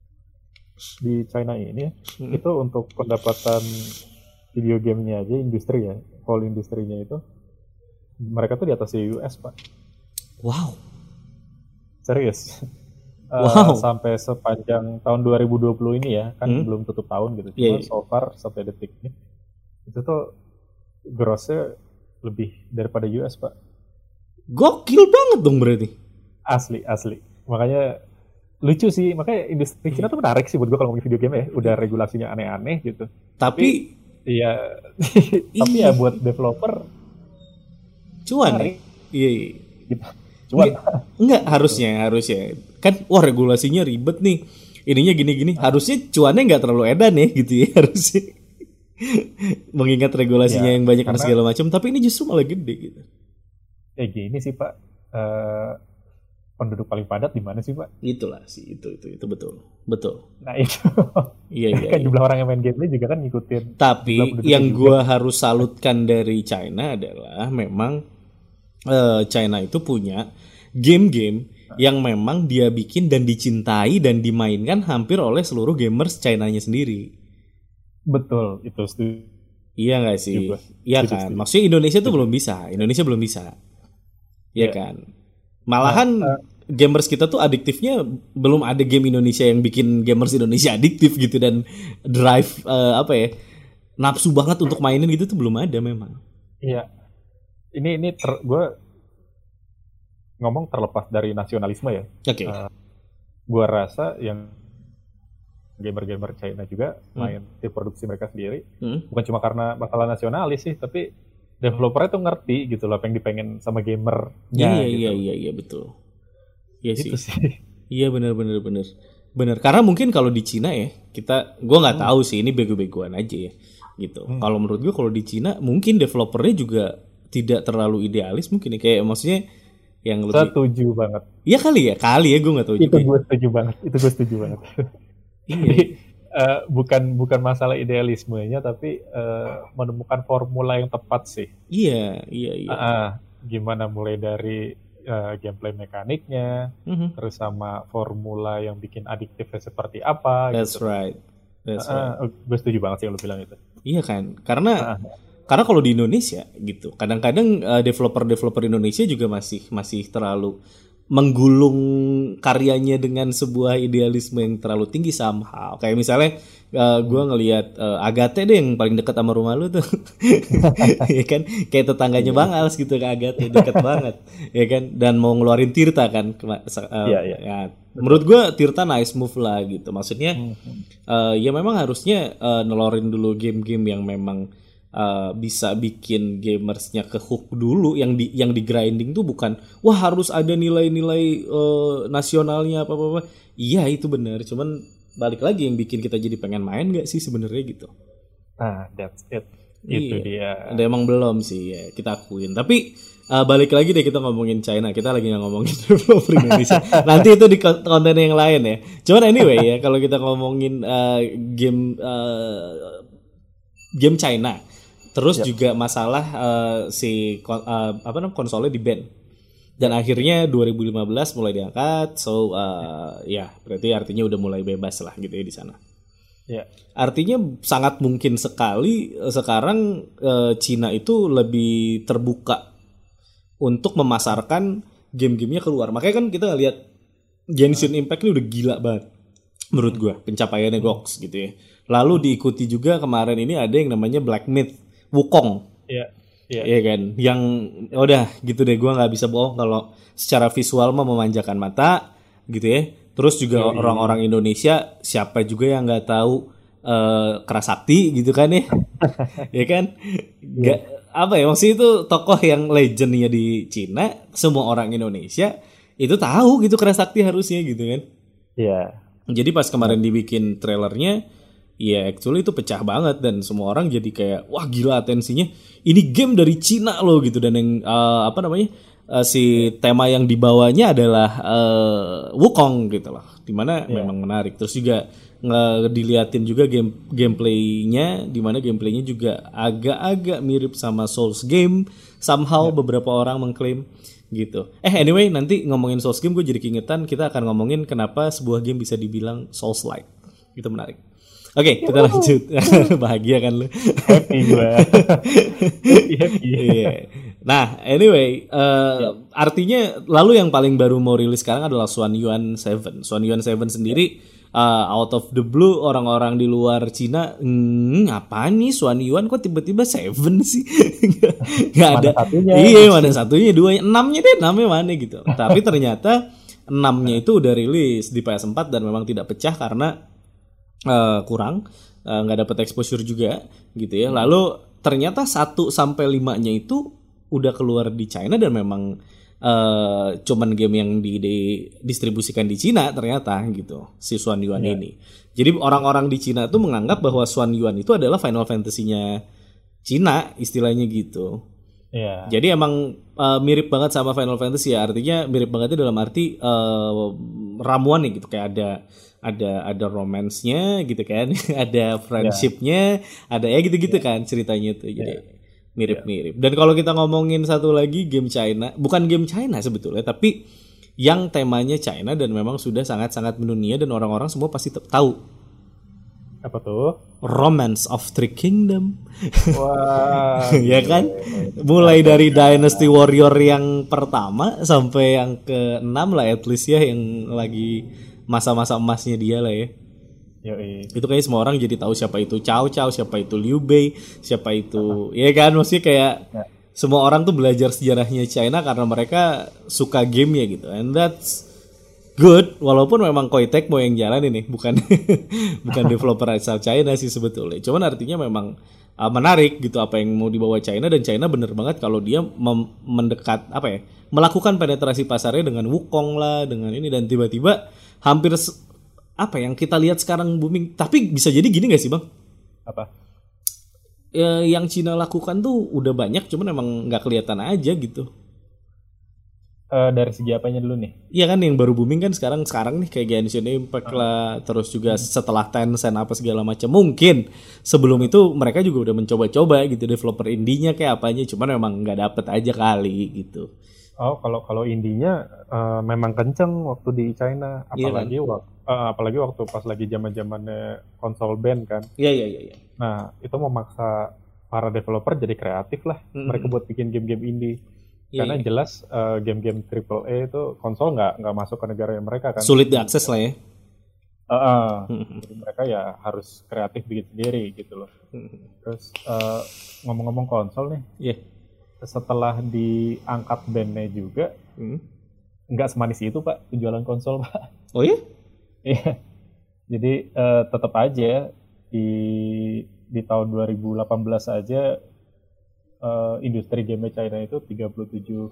di China ini ya hmm. itu untuk pendapatan video gamenya aja industri ya, whole industrinya itu mereka tuh di atas U S, Pak. Wow. Serius. Wow. Uh, sampai sepanjang tahun dua ribu dua puluh ini ya, kan hmm? belum tutup tahun gitu. Cuma yeah, yeah. so far sampai detik ini itu tuh grossnya lebih daripada U S, Pak. Gokil banget dong berarti. Asli, asli. Makanya lucu sih, makanya industri Cina tuh menarik sih buat gue kalau ngomongin video game ya. Udah regulasinya aneh-aneh gitu. Tapi iya, tapi ya buat developer cuan nih. Iya, iya. Cuan. Enggak harusnya, harusnya. Kan wah regulasinya ribet nih. Ininya gini-gini. Harusnya cuannya enggak terlalu edan ya gitu ya harusnya. Mengingat regulasinya ya, yang banyak dan segala macam, tapi ini justru malah gede gitu. Ya gini sih, Pak. Uh, penduduk paling padat di mana sih, Pak? Itulah sih, itu itu itu betul. Betul. Nah, itu. Iya, iya. Kan jumlah orang yang main game juga kan ngikutin. Tapi yang gue harus salutkan dari China adalah memang uh, China itu punya game-game nah. yang memang dia bikin dan dicintai dan dimainkan hampir oleh seluruh gamers China-nya sendiri. Betul, itu setuju. Iya nggak sih? Juga. Iya kan. Setuju. Maksudnya Indonesia tuh belum bisa. Indonesia belum bisa. Iya ya. kan. Malahan nah, uh, gamers kita tuh adiktifnya belum ada game Indonesia yang bikin gamers Indonesia adiktif gitu dan drive uh, apa ya nafsu banget untuk mainin gitu tuh belum ada memang. Iya. Ini ini ter, gue ngomong terlepas dari nasionalisme ya. Oke. Okay. Uh, gue rasa yang gamer-gamer China juga hmm. main di produksi mereka sendiri hmm. bukan cuma karena masalah nasionalis sih, tapi developernya tuh ngerti gitu loh apa yang dipengen sama gamernya. Iya gitu. iya iya iya betul. Iya sih. sih. Iya benar benar benar. Benar. Karena mungkin kalau di Cina ya kita, gue nggak hmm. tahu sih ini bego-begoan aja ya gitu. Hmm. Kalau menurut gue kalau di Cina mungkin developernya juga tidak terlalu idealis mungkin ya, kayak maksudnya yang lebih. Setuju banget. Iya kali ya kali ya gue nggak tahu. Itu juga. Itu gue setuju banget. Itu gue setuju banget. Iya. Uh, bukan bukan masalah idealismenya tapi uh, menemukan formula yang tepat sih. Iya, iya, iya. Uh, gimana mulai dari uh, gameplay mekaniknya, mm-hmm. terus sama formula yang bikin adiktifnya seperti apa. That's gitu. right. That's uh, right. Uh, gue setuju banget sih yang lu bilang itu. Iya kan, karena uh, Karena kalau di Indonesia gitu, kadang-kadang uh, developer-developer Indonesia juga masih masih terlalu menggulung karyanya dengan sebuah idealisme yang terlalu tinggi somehow. Kayak misalnya uh, gue ngelihat uh, Agate deh yang paling dekat sama rumah lu tuh. Ya kan, kayak tetangganya Bang Als gitu ke Agate, deket banget. Ya kan, dan mau ngeluarin Tirta kan. Uh, Iya, iya. Ya, menurut gue Tirta nice move lah gitu. Maksudnya uh, ya memang harusnya uh, nelorin dulu game-game yang memang Uh, bisa bikin gamersnya ke hook dulu. Yang di yang di grinding tuh bukan wah harus ada nilai-nilai uh, nasionalnya apa apa. Iya itu benar. Cuman balik lagi yang bikin kita jadi pengen main nggak sih sebenarnya gitu. Ah, that's it. Itu iya. dia. Ada emang belum sih ya kita akuin. Tapi uh, balik lagi deh kita ngomongin China. Kita lagi nggak ngomongin developer Indonesia. Nanti itu di konten yang lain ya. Cuman anyway ya kalau kita ngomongin uh, game uh, game China. Terus yep. juga masalah uh, si uh, apa namanya konsolnya di ban dan yep. akhirnya dua ribu lima belas mulai diangkat, so uh, ya berarti artinya udah mulai bebas lah gitu ya di sana. Yeah. Artinya sangat mungkin sekali sekarang uh, Cina itu lebih terbuka untuk memasarkan game-gamenya keluar. Makanya kan kita lihat Genshin Impact ini udah gila banget menurut gua pencapaiannya Gox gitu ya. Lalu diikuti juga kemarin ini ada yang namanya Black Myth Wukong, iya, yeah, yeah. yeah, kan, yang udah gitu deh, gue nggak bisa bohong kalau secara visual mah memanjakan mata, gitu ya. Terus juga yeah, orang-orang yeah. Indonesia siapa juga yang nggak tahu uh, Kerasakti gitu kan ya, ya kan, nggak yeah. apa ya maksudnya itu tokoh yang legendnya di Cina, semua orang Indonesia itu tahu gitu Kerasakti harusnya gitu kan. Iya. Yeah. Jadi pas kemarin dibikin trailernya. Iya, actually itu pecah banget dan semua orang jadi kayak wah gila atensinya. Ini game dari Cina loh gitu dan yang uh, apa namanya uh, si tema yang dibawanya adalah uh, Wukong gitu loh. Dimana yeah. memang menarik. Terus juga nge- diliatin juga game gameplaynya, dimana gameplaynya juga agak-agak mirip sama Souls game. Somehow yeah. beberapa orang mengklaim gitu. Eh anyway nanti ngomongin Souls game gue jadi keingetan kita akan ngomongin kenapa sebuah game bisa dibilang Souls-like. Itu menarik. Oke, okay, kita lanjut. Bahagia kan lu? Happy gue. Happy. Yeah. Nah, anyway, uh, yeah. artinya lalu yang paling baru mau rilis sekarang adalah Xuan Yuan tujuh. Xuan Yuan tujuh sendiri uh, out of the blue orang-orang di luar Cina, hmm, apa nih Xuan Yuan kok tiba-tiba tujuh sih? Gak ada. Satunya. Iya, mana satunya, dua, enamnya deh, enamnya mana gitu. Tapi ternyata enamnya itu udah rilis di P S four dan memang tidak pecah karena Uh, kurang nggak uh, dapat exposure juga gitu ya. Lalu ternyata satu sampai lima-nya itu udah keluar di China dan memang uh, cuman game yang di, di distribusikan di Cina ternyata gitu si Xuan Yuan yeah. ini. Jadi orang-orang di Cina tuh menganggap bahwa Xuan Yuan itu adalah Final Fantasy-nya Cina istilahnya gitu. Yeah. Jadi emang uh, mirip banget sama Final Fantasy ya. Artinya mirip bangetnya dalam arti uh, ramuan nih gitu kayak ada ada ada romance-nya gitu kan, ada friendship-nya, yeah. ada ya gitu-gitu yeah. kan ceritanya tuh. Jadi yeah. mirip-mirip. Dan kalau kita ngomongin satu lagi game China, bukan game China sebetulnya, tapi yang temanya China dan memang sudah sangat-sangat mendunia dan orang-orang semua pasti tahu. Apa tuh? Romance of Three Kingdom. Wah. Ya kan? Mulai dari Dynasty Warrior yang pertama sampai yang keenam lah at least ya yang lagi masa-masa emasnya dia lah ya. Yoi. Itu kayaknya semua orang jadi tahu siapa itu Cao Cao, siapa itu Liu Bei, siapa itu, ya kan, maksudnya kayak ya. Semua orang tuh belajar sejarahnya China karena mereka suka game ya gitu, and that's good. Walaupun memang Koei Tecmo yang jalan ini, bukan bukan developer asal China sih sebetulnya. Cuman artinya memang uh, menarik gitu apa yang mau dibawa China, dan China bener banget kalau dia mem- mendekat apa ya, melakukan penetrasi pasarnya dengan Wukong lah, dengan ini, dan tiba-tiba hampir apa yang kita lihat sekarang booming. Tapi bisa jadi gini gak sih Bang? Apa? Ya, yang Cina lakukan tuh udah banyak, cuman emang gak kelihatan aja gitu. Uh, dari segi apanya dulu nih? Iya kan yang baru booming kan sekarang sekarang nih kayak Genshin Impact uh. lah, terus juga hmm. setelah Tencent apa segala macam. Mungkin sebelum itu mereka juga udah mencoba-coba gitu developer indinya kayak apanya, cuman memang nggak dapet aja kali gitu. Oh, kalau kalau indinya uh, memang kenceng waktu di China, apalagi iya kan? waktu uh, apalagi waktu pas lagi zaman-zamannya konsol band kan. Iya iya iya. Nah, itu memaksa para developer jadi kreatif lah. Mm-hmm. Mereka buat bikin game-game indie. Yeah, Karena yeah. jelas uh, game-game triple A itu konsol nggak nggak masuk ke negara mereka kan. Sulit diakses lah ya. Uh, uh, mm-hmm. Jadi mereka ya harus kreatif bikin sendiri gitu loh. Mm-hmm. Terus uh, ngomong-ngomong konsol nih. Iya. Yeah. Setelah diangkat bandnya juga, mm. nggak semanis itu Pak penjualan konsol Pak. Oh iya? Iya. Jadi uh, tetap aja di di tahun dua ribu delapan belas aja uh, industri game China itu tiga puluh tujuh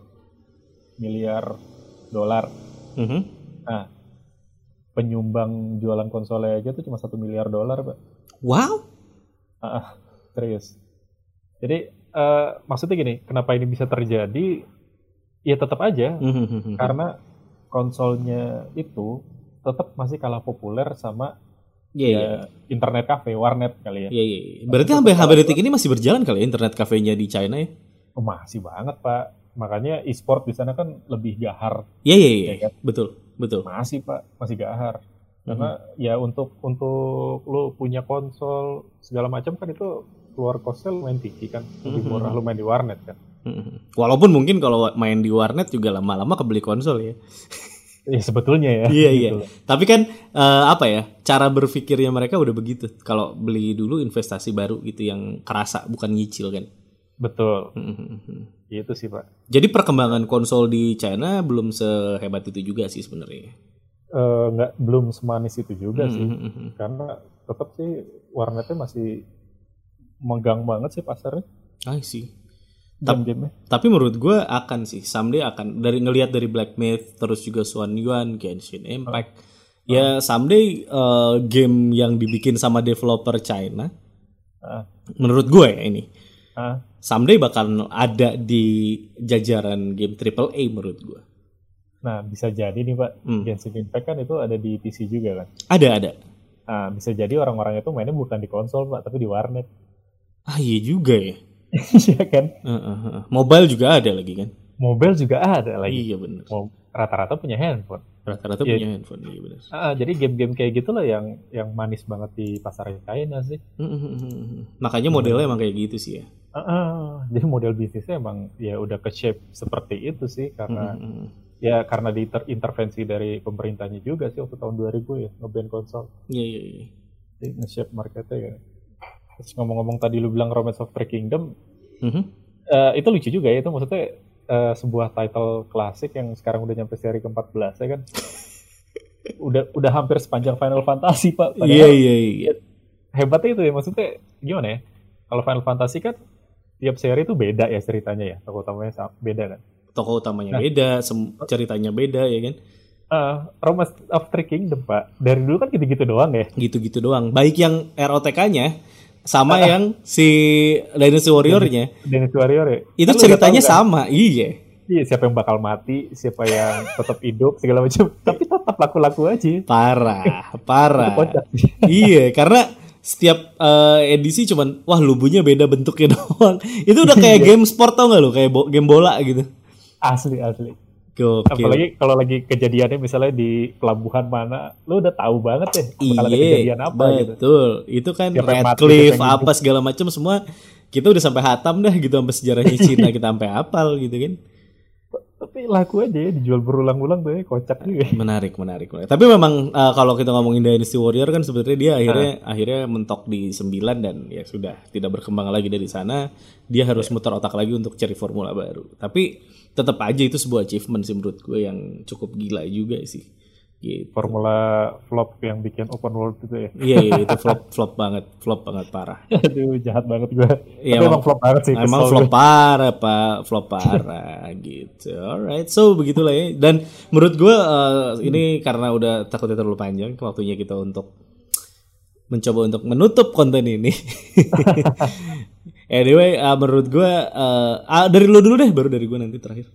miliar dolar. Mm-hmm. Nah, penyumbang jualan konsolnya aja tuh cuma satu miliar dolar, Pak. Wow. Uh, serius. Jadi uh, maksudnya gini, kenapa ini bisa terjadi? Ya tetap aja, mm-hmm. karena konsolnya itu tetap masih kalah populer sama yeah, ya, yeah. internet cafe, warnet kali ya. Iya, yeah, iya. Yeah. Berarti sampai sampai detik ini masih berjalan kali ya internet cafenya di China ya? Oh, masih banget, Pak. Makanya e-sport di sana kan lebih gahar. Iya, yeah, iya, yeah, iya. Yeah. Kan? Betul, betul. Masih, Pak, masih gahar. Karena mm-hmm. ya untuk untuk lu punya konsol segala macam kan itu keluar kosnya lumayan tinggi kan. Lebih mm-hmm. murah lu main di warnet kan. Mm-hmm. Walaupun mungkin kalau main di warnet juga lama-lama kebeli konsol ya. Ya sebetulnya ya. Iya iya. Gitu. Tapi kan uh, apa ya, cara berpikirnya mereka udah begitu. Kalau beli dulu investasi baru gitu yang kerasa bukan nyicil kan. Betul. Mm-hmm. Itu sih Pak. Jadi perkembangan konsol di China belum sehebat itu juga sih sebenarnya. Uh, nggak belum semanis itu juga mm-hmm. sih. Karena tetap sih warnetnya masih megang banget sih pasarnya. I see. Tapi, tapi menurut gue akan sih someday akan dari ngelihat dari Black Myth terus juga Swan Yuan, Genshin Impact. Oh. Ya someday uh, game yang dibikin sama developer China. Uh. Menurut gue ya ini. Uh. Someday bakal ada di jajaran game triple A menurut gue. Nah, bisa jadi nih Pak. Hmm. Genshin Impact kan itu ada di P C juga kan? Ada, ada. Nah, bisa jadi orang-orang itu mainnya bukan di konsol Pak, tapi di warnet. Ah iya juga ya. Iya kan? Uh, uh, uh. Mobile juga ada lagi kan? Mobile juga ada lagi. Iya benar. Rata-rata punya handphone. Rata-rata ya, punya handphone, iya benar. Uh, jadi game-game kayak gitu lah yang yang manis banget di pasar China sih. Uh, uh, uh, uh. Makanya modelnya hmm. emang kayak gitu sih ya. Uh, uh. Jadi model bisnisnya emang ya udah ke shape seperti itu sih karena uh, uh, uh. ya karena diintervensi dari pemerintahnya juga sih waktu tahun dua ribu ya nge-ban konsol. Iya iya iya. Jadi nge-shape marketnya ya. Terus ngomong-ngomong tadi lu bilang Romance of Three Kingdom, mm-hmm. uh, itu lucu juga ya, itu maksudnya uh, sebuah title klasik yang sekarang udah nyampe seri keempat belas ya kan, udah udah hampir sepanjang Final Fantasy Pak. Iya iya iya. Hebatnya itu ya, maksudnya gimana ya? Kalau Final Fantasy kan tiap seri itu beda ya ceritanya ya, tokoh utamanya beda kan? Tokoh utamanya nah, beda, sem- ceritanya beda ya kan? Uh, Romance of Three Kingdom Pak, dari dulu kan gitu-gitu doang ya? Gitu-gitu doang, baik yang R O T K-nya sama uh, yang si Dynasty Warrior-nya. Dynasty Warrior ya. Itu kan ceritanya kan? Sama, iya. Iya, siapa yang bakal mati, siapa yang tetap hidup, segala macam. Tapi tetap laku-laku aja. Parah, parah. Iya, karena setiap uh, edisi cuman, wah lubunya beda bentuknya doang. Itu udah kayak game sport tau gak lo, kayak bo- game bola gitu. Asli, asli. Gokil. Apalagi kalau lagi kejadiannya misalnya di pelabuhan mana, lu udah tahu banget deh bakal ada kejadian apa betul. gitu. Betul. Itu kan Radcliffe apa segala macam semua kita udah sampai hatam dah gitu sampai sejarahnya Cina kita sampai hafal gitu kan. Tapi laku aja ya dijual berulang-ulang tuh ya, kocak juga. Menarik, menarik, menarik. Tapi memang uh, kalau kita ngomongin Dynasty Warrior kan sebenarnya dia akhirnya uh. akhirnya mentok di sembilan dan ya sudah tidak berkembang lagi dari sana. Dia harus yeah. muter otak lagi untuk cari formula baru. Tapi tetap aja itu sebuah achievement sih menurut gue yang cukup gila juga sih. Gitu. Formula flop yang bikin open world itu ya. Iya, iya itu flop flop banget, flop banget parah. Aduh, jahat banget gue. Ya, Tapi emang flop banget sih. Emang flop gue. parah, Pak, flop parah gitu. Alright, so begitulah ya. Dan menurut gue uh, ini karena udah takutnya terlalu panjang, waktunya kita untuk mencoba untuk menutup konten ini. Anyway, uh, menurut gue uh, uh, dari lu dulu deh, baru dari gue nanti terakhir.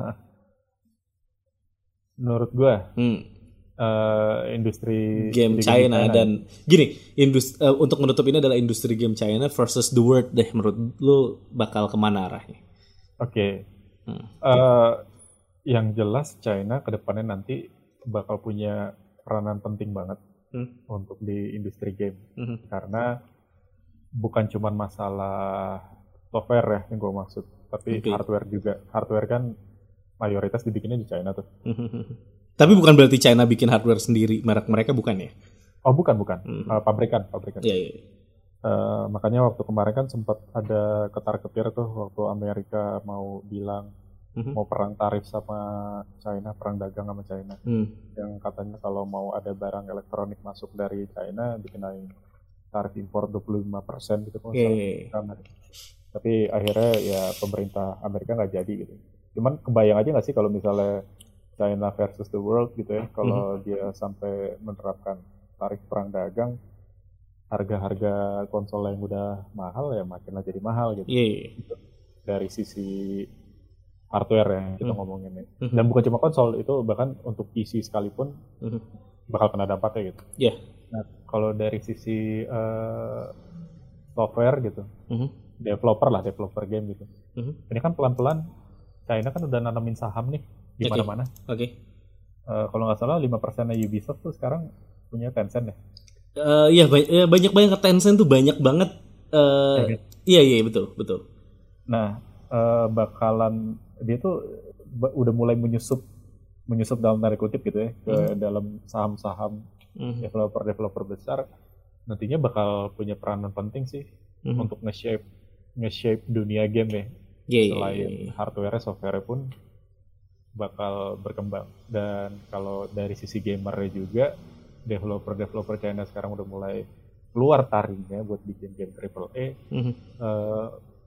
Menurut gue. Hmm. Uh, industri game China, China dan gini industri, uh, untuk menutup ini adalah industri game China versus the world deh, menurut lu bakal kemana arahnya? Oke, okay. hmm. uh, yang jelas China kedepannya nanti bakal punya peranan penting banget hmm. untuk di industri game hmm. karena bukan cuma masalah software ya yang gue maksud, tapi Oke. hardware juga. Hardware kan mayoritas dibikinnya di China tuh. Tapi bukan berarti China bikin hardware sendiri, merek mereka bukan ya? Oh bukan bukan, Mhm. Uh, pabrikan pabrikan. Iya, iya. Uh, makanya waktu kemarin kan sempat ada ketar-ketir tuh waktu Amerika mau bilang Mhm. mau perang tarif sama China, perang dagang sama China. Hmm. Yang katanya kalau mau ada barang elektronik masuk dari China dikenain tarif impor dua puluh lima persen gitu kalau Oke. nggak salah. Tapi akhirnya ya pemerintah Amerika nggak jadi gitu. Cuman kebayang aja nggak sih kalau misalnya China versus the world gitu ya, kalau dia sampai menerapkan tarif perang dagang, harga-harga konsol yang udah mahal ya makinlah jadi mahal gitu. Iya, iya. Dari sisi hardware yang kita Hmm. ngomongin ini. Mhm. Dan bukan cuma konsol, itu bahkan untuk P C sekalipun Mhm. bakal kena dampaknya gitu. Iya. Nah, kalau dari sisi eh, software gitu, Mhm. developer lah, developer game gitu. Mhm. Ini kan pelan-pelan China kan udah nanamin saham nih di Oke. mana-mana. Oke. Eh, kalau nggak salah lima persennya Ubisoft tuh sekarang punya Tencent ya. Eh, iya ba- ya, banyak banyak Tencent tuh banyak banget. Eh, Ya, kan? Iya, iya, betul, betul. Nah, eh, bakalan dia tuh ba- udah mulai menyusup menyusup dalam tanda kutip gitu ya ke dalam saham-saham Mhm. developer-developer besar. Nantinya bakal punya peranan penting sih Mhm. untuk nge-shape nge-shape dunia game ya. Iya, iya, Selain iya. hardware, software pun bakal berkembang. Dan kalau dari sisi gamernya juga, developer-developer China sekarang udah mulai keluar taringnya buat bikin game triple A. Mhm. Eh,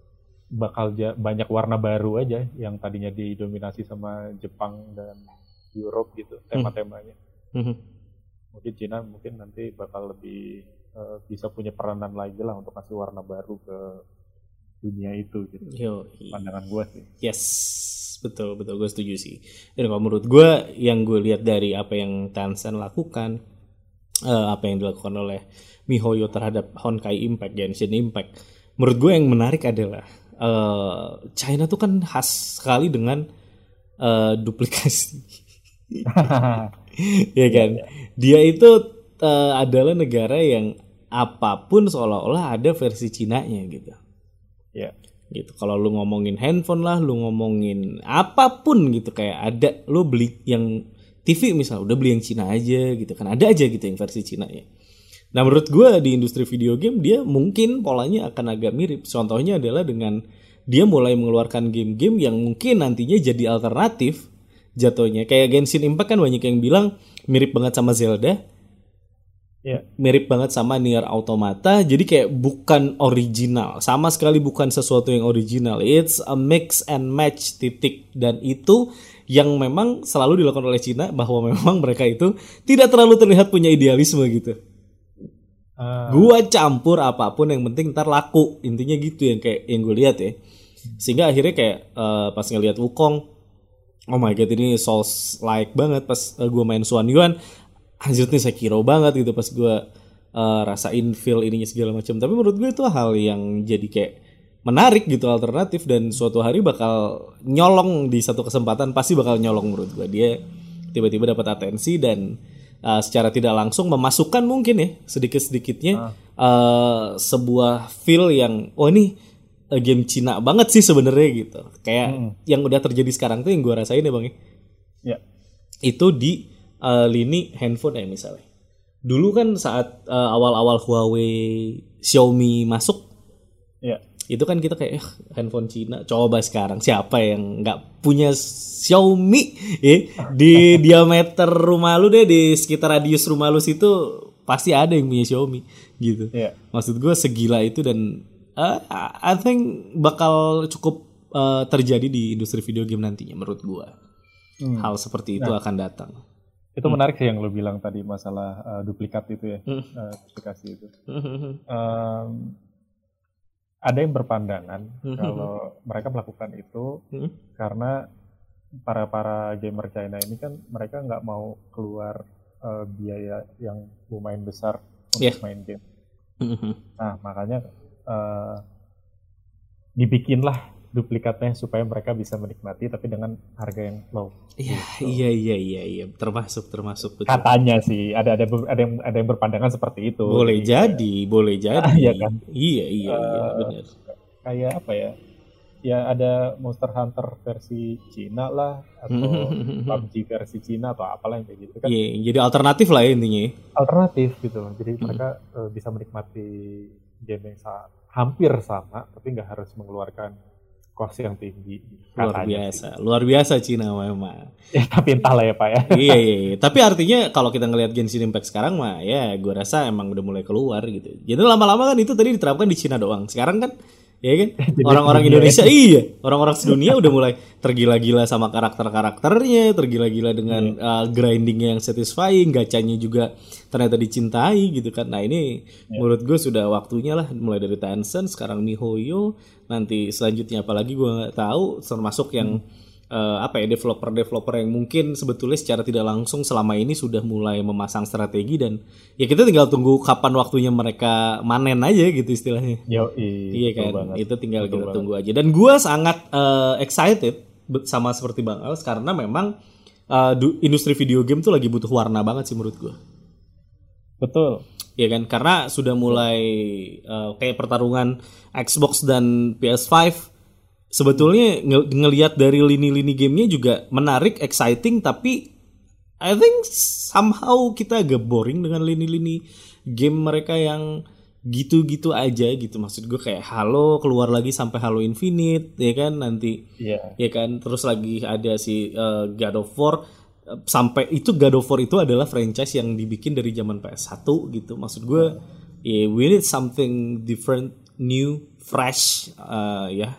bakal ja- banyak warna baru aja yang tadinya didominasi sama Jepang dan Europe gitu tema-temanya. Mhm. Mungkin Cina mungkin nanti bakal lebih eh, bisa punya peranan lagi lah untuk kasih warna baru ke dunia itu gitu. Yo, Pandangan gue sih. yes, betul, betul, gue setuju sih. Dan kalau menurut gue, yang gue lihat dari apa yang Tencent lakukan, eh, apa yang dilakukan oleh MiHoYo terhadap Honkai Impact, Genshin Impact, menurut gue yang menarik adalah eh, China tuh kan khas sekali dengan eh, duplikasi, ya kan? Dia itu eh, adalah negara yang apapun seolah-olah ada versi Cinanya gitu. Ya. Gitu. Kalau lu ngomongin handphone lah, lu ngomongin apapun gitu, kayak ada lu beli yang T V misal udah beli yang Cina aja gitu kan, ada aja gitu yang versi Cina ya. Nah menurut gue di industri video game dia mungkin polanya akan agak mirip. Contohnya adalah dengan dia mulai mengeluarkan game-game yang mungkin nantinya jadi alternatif jatuhnya. Kayak Genshin Impact kan banyak yang bilang mirip banget sama Zelda, Ya. mirip banget sama Nier Automata. Jadi kayak bukan original, sama sekali bukan sesuatu yang original. It's a mix and match titik. Dan itu yang memang selalu dilakukan oleh Cina, bahwa memang mereka itu tidak terlalu terlihat punya idealisme gitu. Uh, Gua campur apapun yang penting ntar laku, intinya gitu yang kayak yang gue lihat ya. Sehingga akhirnya kayak uh, pas ngelihat Wukong, oh my god ini Souls like banget. Pas uh, gue main Xuan Yuan, anjir nih Sekiro banget gitu pas gue uh, rasain feel ininya segala macam. Tapi menurut gue itu hal yang jadi kayak menarik gitu, alternatif, dan suatu hari bakal nyolong di satu kesempatan, pasti bakal nyolong menurut gue. Dia tiba-tiba dapat atensi dan uh, secara tidak langsung memasukkan mungkin ya sedikit-sedikitnya uh, sebuah feel yang oh ini uh, game Cina banget sih sebenarnya gitu. Kayak Hmm. yang udah terjadi sekarang tuh yang gue rasain ya bang ya. ya. Itu di uh, lini handphone ya misalnya. Dulu kan saat uh, awal-awal Huawei, Xiaomi masuk, Ya. itu kan kita kayak eh, handphone Cina. Coba sekarang siapa yang nggak punya Xiaomi ya? Di diameter rumah lu deh, di sekitar radius rumah lu situ pasti ada yang punya Xiaomi gitu. Ya. Maksud gue segila itu, dan uh, I think bakal cukup uh, terjadi di industri video game nantinya menurut gue. Hmm. Hal seperti itu akan datang. Itu menarik sih yang lo bilang tadi masalah uh, duplikat itu ya, Hmm. uh, duplikasi itu. Hmm. Um, ada yang berpandangan kalau mereka melakukan itu Hmm. karena para para gamer China ini kan mereka nggak mau keluar uh, biaya yang lumayan besar untuk Yeah. main game. Hmm. Nah makanya uh, dibikinlah duplikatnya supaya mereka bisa menikmati tapi dengan harga yang low. Iya, Gitu. iya, iya, iya, iya, termasuk, termasuk betul. Katanya sih ada ada ada yang ada yang berpandangan seperti itu. Boleh jadi, boleh jadi. Iya kan? Iya, iya, iya, Eh, benar. Kayak apa ya? Ya ada Monster Hunter versi Cina lah atau P U B G versi Cina atau apalah yang kayak gitu kan. Iya, jadi alternatif lah ya intinya. Alternatif gitu loh. Jadi mereka eh, bisa menikmati game yang sa- hampir sama tapi nggak harus mengeluarkan cost yang tinggi. Luar Katanya biasa, sih. luar biasa Cina memang. Ya, tapi entahlah ya Pak ya. Iya, iya, iya. Tapi artinya kalau kita ngelihat Genshin Impact sekarang mah ya gue rasa emang udah mulai keluar gitu. Jadi lama-lama kan itu tadi diterapkan di Cina doang. Sekarang kan ya kan orang-orang sedunia Indonesia iya, orang-orang sedunia udah mulai tergila-gila sama karakter-karakternya, tergila-gila dengan uh, grindingnya yang satisfying, gacanya juga ternyata dicintai gitu kan. Nah ini menurut gue sudah waktunya lah, mulai dari Tencent, sekarang MiHoYo, nanti selanjutnya apalagi gue nggak tahu, termasuk yang eh, apa ya developer-developer yang mungkin sebetulnya secara tidak langsung selama ini sudah mulai memasang strategi dan ya kita tinggal tunggu kapan waktunya mereka manen aja gitu istilahnya. Yo, Iya kan, banget. itu tinggal Betul kita banget. tunggu aja. Dan gue sangat eh, excited be- sama seperti Bang Als karena memang eh, du- industri video game tuh lagi butuh warna banget sih menurut gue. Betul. Ya kan, karena sudah mulai eh, kayak pertarungan Xbox dan P S lima sebetulnya nge- ngelihat dari lini-lini gamenya juga menarik, exciting, tapi I think somehow kita agak boring dengan lini-lini game mereka yang gitu-gitu aja gitu. Maksud gue kayak Halo keluar lagi sampai Halo Infinite ya kan nanti. Iya. Ya kan, terus lagi ada si uh, God of War. Uh, sampai itu God of War itu adalah franchise yang dibikin dari zaman P S satu gitu. Maksud gue ya we need something different, new, fresh uh, ya.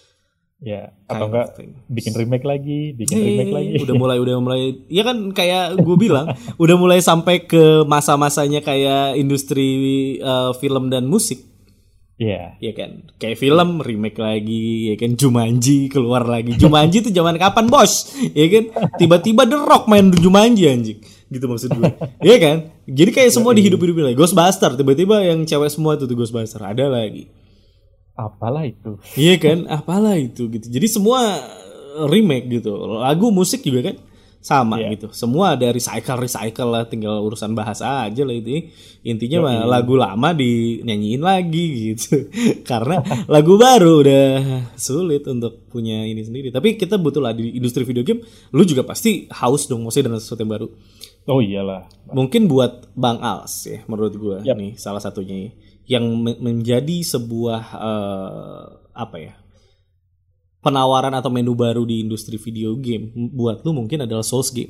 Ya, Kind atau of enggak thing. bikin remake lagi, bikin Hey, remake lagi. udah mulai udah mulai ya kan kayak gue bilang udah mulai sampai ke masa-masanya kayak industri uh, film dan musik. Iya. Ya kan, kayak film remake lagi, ya kan Jumanji keluar lagi. Jumanji itu zaman kapan bos? Ya kan, tiba-tiba The Rock main Jumanji anjing, gitu maksud gue. Ya kan, jadi kayak semua dihidup-hidupin lagi. Ghostbuster tiba-tiba yang cewek semua tuh, tuh Ghostbuster ada lagi. Apalah itu. Iya kan, apalah itu gitu. Jadi semua remake gitu. Lagu musik juga kan sama Iya. gitu. Semua ada recycle recycle lah, tinggal urusan bahasa aja lah itu. Intinya mah lagu lama dinyanyiin lagi gitu. Karena lagu baru udah sulit untuk punya ini sendiri. Tapi kita butuh lah di industri video game, lu juga pasti haus dong maksudnya dengan sesuatu yang baru. Oh iyalah. Mungkin buat Bang Als ya menurut gue Yap. nih salah satunya yang me- menjadi sebuah eh, apa ya penawaran atau menu baru di industri video game buat lu mungkin adalah Souls game.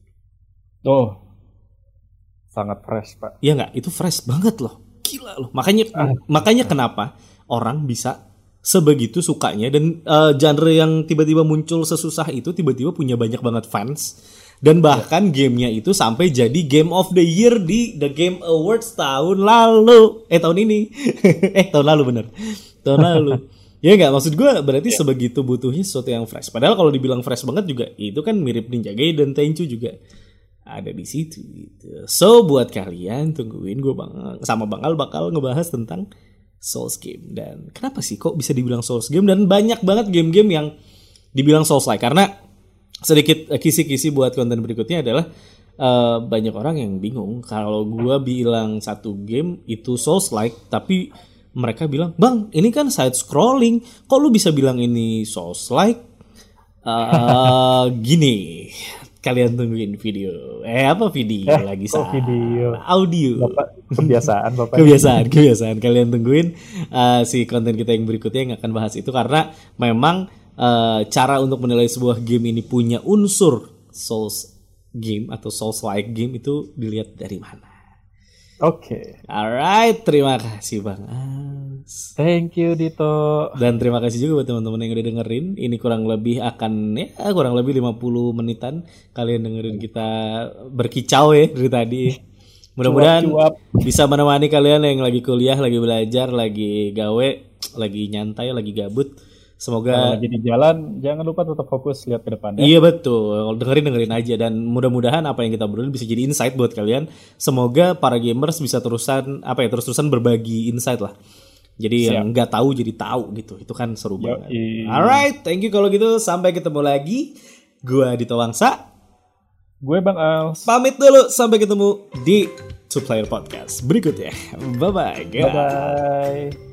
Oh. Sangat fresh, Pak. Ya nggak, itu fresh banget loh, gila loh. Makanya makanya kenapa orang bisa sebegitu sukanya dan eh, genre yang tiba-tiba muncul sesusah itu tiba-tiba punya banyak banget fans. Dan bahkan gamenya itu sampai jadi Game of the Year di The Game Awards tahun lalu. Eh tahun ini. eh tahun lalu bener. Tahun lalu. Ya nggak, maksud gue berarti sebegitu butuhnya sesuatu yang fresh. Padahal kalau dibilang fresh banget juga itu kan mirip Ninja Gaiden, Tenchu juga ada di situ gitu. So buat kalian tungguin gue bang sama Bang Al bakal ngebahas tentang Souls game. Dan kenapa sih kok bisa dibilang Souls game dan banyak banget game-game yang dibilang Souls-like karena sedikit kisi-kisi buat konten berikutnya adalah uh, banyak orang yang bingung kalau gue bilang satu game itu Souls-like tapi mereka bilang bang ini kan side scrolling kok lu bisa bilang ini Souls-like uh, gini kalian tungguin video eh apa video Eh, lagi kok salah video? audio Bapak kebiasaan, Bapak. kebiasaan kebiasaan kalian tungguin uh, si konten kita yang berikutnya yang akan bahas itu karena memang uh, cara untuk menilai sebuah game ini punya unsur Souls game atau Souls like game itu dilihat dari mana. Oke. Alright, terima kasih Bang As. Thank you Dito. Dan terima kasih juga buat teman-teman yang udah dengerin. Ini kurang lebih akan ya kurang lebih lima puluh menitan kalian dengerin kita berkicau ya dari tadi. Mudah-mudahan Cuap-cuap. bisa menemani kalian yang lagi kuliah, lagi belajar, lagi gawe, lagi nyantai, lagi gabut. Kalau Semoga lagi di jalan, jangan lupa tetap fokus lihat ke depan ya. iya betul, dengerin dengerin aja dan mudah-mudahan apa yang kita obrolin bisa jadi insight buat kalian. Semoga para gamers bisa terusan apa ya terus-terusan berbagi insight lah Jadi Siap. yang nggak tahu jadi tahu gitu. Itu kan seru Yo, banget. i- Alright, thank you kalau gitu. Sampai ketemu lagi. Gua Dito Wangsa. Gue Bang Els. Pamit dulu. Sampai ketemu di Two Player Podcast berikutnya. Bye bye. Bye bye.